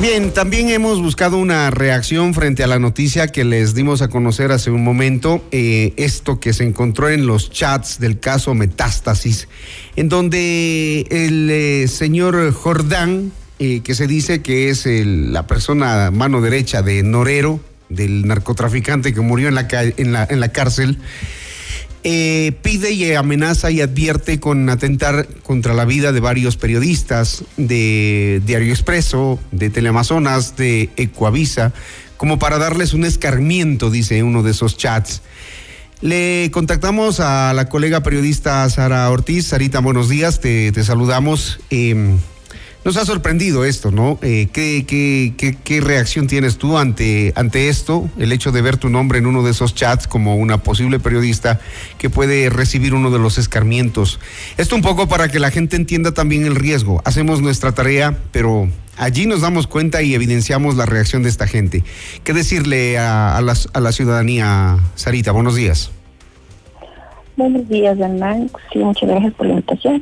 Bien, también hemos buscado una reacción frente a la noticia que les dimos a conocer hace un momento, esto que se encontró en los chats del caso Metástasis, en donde el señor Jordán, que se dice que es la persona mano derecha de Norero, del narcotraficante que murió en la cárcel, pide y amenaza y advierte con atentar contra la vida de varios periodistas de Diario Expreso, de Teleamazonas, de Ecuavisa, como para darles un escarmiento, dice uno de esos chats. Le contactamos a la colega periodista Sara Ortiz. Sarita, buenos días, te saludamos. Nos ha sorprendido esto, ¿no? ¿Qué reacción tienes tú ante esto? El hecho de ver tu nombre en uno de esos chats como una posible periodista que puede recibir uno de los escarmientos. Esto un poco para que la gente entienda también el riesgo. Hacemos nuestra tarea, pero allí nos damos cuenta y evidenciamos la reacción de esta gente. ¿Qué decirle a la ciudadanía, Sarita? Buenos días. Buenos días, Hernán. Sí, muchas gracias por la invitación.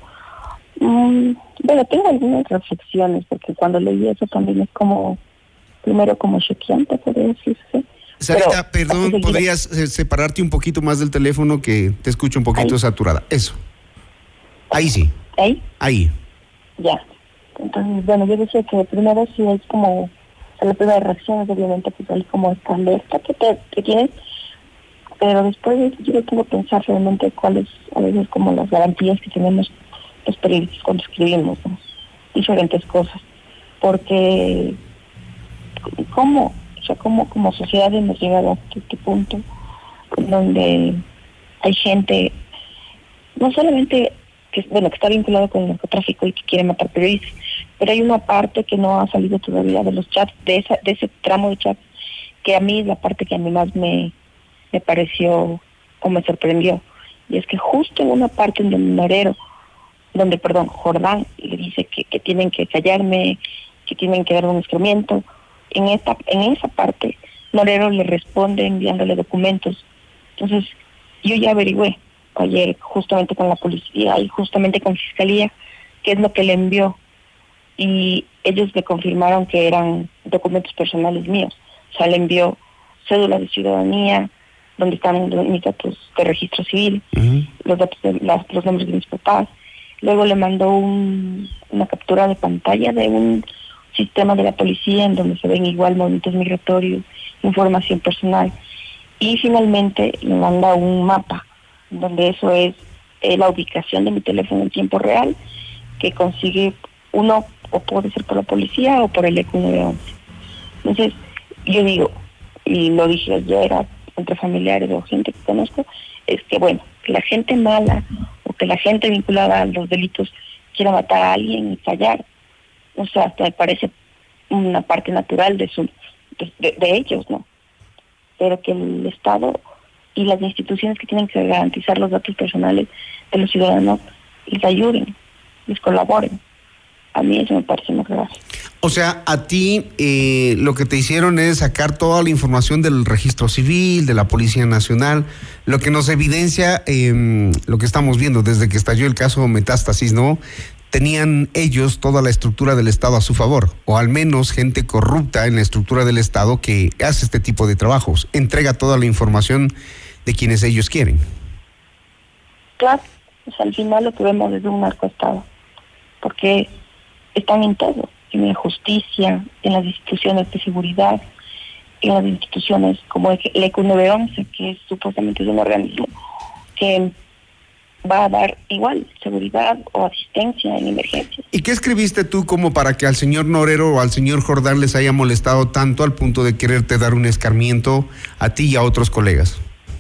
Bueno, tengo algunas reflexiones, porque cuando leí eso también es primero como choqueante, podría decirse. Sarita, perdón, ¿podrías separarte un poquito más del teléfono, que te escucho un poquito saturada? Eso. Ahí sí. ¿Ahí? Ahí. Ya. Entonces, bueno, yo decía que primero sí es como, la primera reacción es obviamente pues hay como esta alerta que tienes, pero después yo me pongo a pensar realmente cuáles a veces como las garantías que tenemos los periodistas cuando escribimos, ¿no? Diferentes cosas, porque ¿cómo como sociedad hemos llegado a este punto donde hay gente no solamente que está vinculada con el narcotráfico y que quiere matar periodistas, pero hay una parte que no ha salido todavía de los chats, de ese tramo de chats, que a mí es la parte que a mí más me pareció o me sorprendió, y es que justo en una parte donde Jordán le dice que tienen que callarme, que tienen que dar un escarmiento. En esa parte, Norero le responde enviándole documentos. Entonces, yo ya averigüé ayer justamente con la policía y justamente con Fiscalía qué es lo que le envió. Y ellos me confirmaron que eran documentos personales míos. O sea, le envió cédula de ciudadanía, donde están mis datos de registro civil, los datos los nombres de mis papás. Luego le mandó una captura de pantalla de un sistema de la policía en donde se ven igual movimientos migratorios, información personal. Y finalmente le manda un mapa, donde eso es la ubicación de mi teléfono en tiempo real, que consigue uno, o puede ser por la policía o por el ECU 911. Entonces, yo digo, y lo dije ayer entre familiares o gente que conozco, es que bueno, que la gente mala o que la gente vinculada a los delitos quiera matar a alguien y fallar, o sea, hasta me parece una parte natural de ellos, ¿no? Pero que el Estado y las instituciones que tienen que garantizar los datos personales de los ciudadanos les ayuden, les colaboren. A mí eso me parece más grave. O sea, a ti lo que te hicieron es sacar toda la información del registro civil, de la Policía Nacional, lo que nos evidencia lo que estamos viendo desde que estalló el caso Metástasis, ¿no? Tenían ellos toda la estructura del Estado a su favor, o al menos gente corrupta en la estructura del Estado que hace este tipo de trabajos, entrega toda la información de quienes ellos quieren. Claro, pues al final lo que vemos es un narcoestado, porque están en todo, en la justicia, en las instituciones de seguridad, en las instituciones como el ECU 911, que supuestamente es un organismo que va a dar igual seguridad o asistencia en emergencias. ¿Y qué escribiste tú como para que al señor Norero o al señor Jordán les haya molestado tanto al punto de quererte dar un escarmiento a ti y a otros colegas?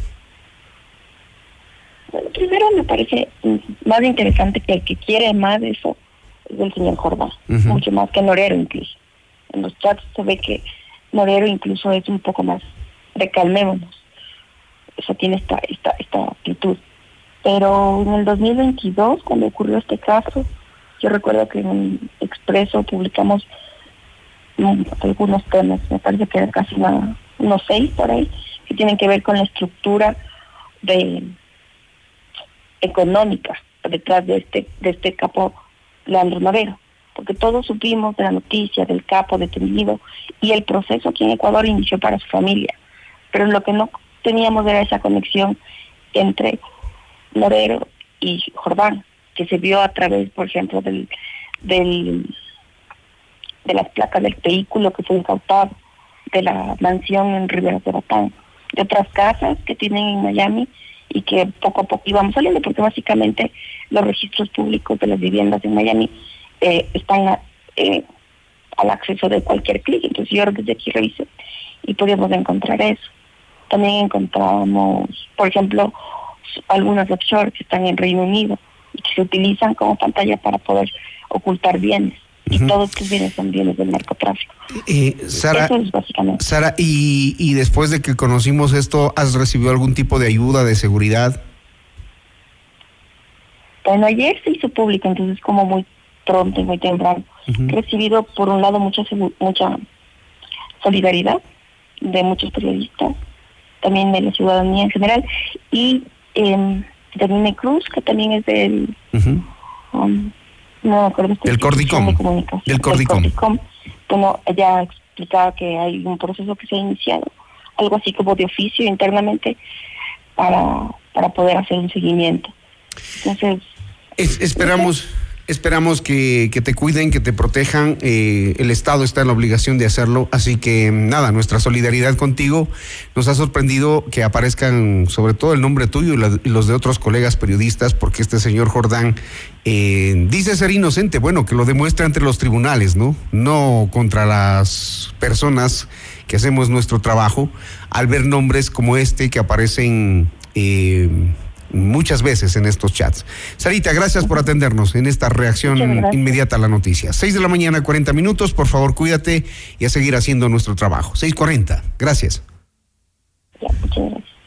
Bueno, primero me parece más interesante que el que quiere más de eso es el señor Jordán, mucho más que Norero incluso. En los chats se ve que Norero incluso es un poco más de calmémonos. Eso tiene esta actitud. Pero en el 2022, cuando ocurrió este caso, yo recuerdo que en Expreso publicamos algunos temas, me parece que eran casi unos 6 por ahí, que tienen que ver con la estructura económica detrás de este capo Leandro Norero. porque todos supimos de la noticia del capo detenido y el proceso aquí en Ecuador inició para su familia, pero lo que no teníamos era esa conexión entre Loredo y Jordán, que se vio a través, por ejemplo, de las placas del vehículo que fue incautado, de la mansión en Riberas de Batán, de otras casas que tienen en Miami y que poco a poco íbamos saliendo, porque básicamente los registros públicos de las viviendas en Miami están al acceso de cualquier clic. Entonces yo desde aquí revisé y podíamos encontrar eso. También encontramos, por ejemplo, algunas offshore que están en Reino Unido y que se utilizan como pantalla para poder ocultar bienes. Y todos estos bienes son bienes del narcotráfico. Sara, eso es básicamente. Sara, y después de que conocimos esto, ¿has recibido algún tipo de ayuda de seguridad? Bueno, ayer se hizo público, entonces como muy pronto y muy temprano. He recibido, por un lado, mucha solidaridad de muchos periodistas, también de la ciudadanía en general, y de Nine Cruz, que también es del... no me acuerdo. Del Cordicom. Del Cordicom. Bueno, ella explicaba que hay un proceso que se ha iniciado, algo así como de oficio internamente, para poder hacer un seguimiento. Entonces... Esperamos que te cuiden, que te protejan. El Estado está en la obligación de hacerlo, así que nada, nuestra solidaridad contigo. Nos ha sorprendido que aparezcan sobre todo el nombre tuyo y los de otros colegas periodistas, porque este señor Jordán dice ser inocente. Bueno, que lo demuestre ante los tribunales, no contra las personas que hacemos nuestro trabajo, al ver nombres como este que aparecen muchas veces en estos chats. Sarita, gracias por atendernos en esta reacción inmediata a la noticia. 6:40 a.m, por favor cuídate y a seguir haciendo nuestro trabajo. 6:40, gracias. Ya, muchas gracias.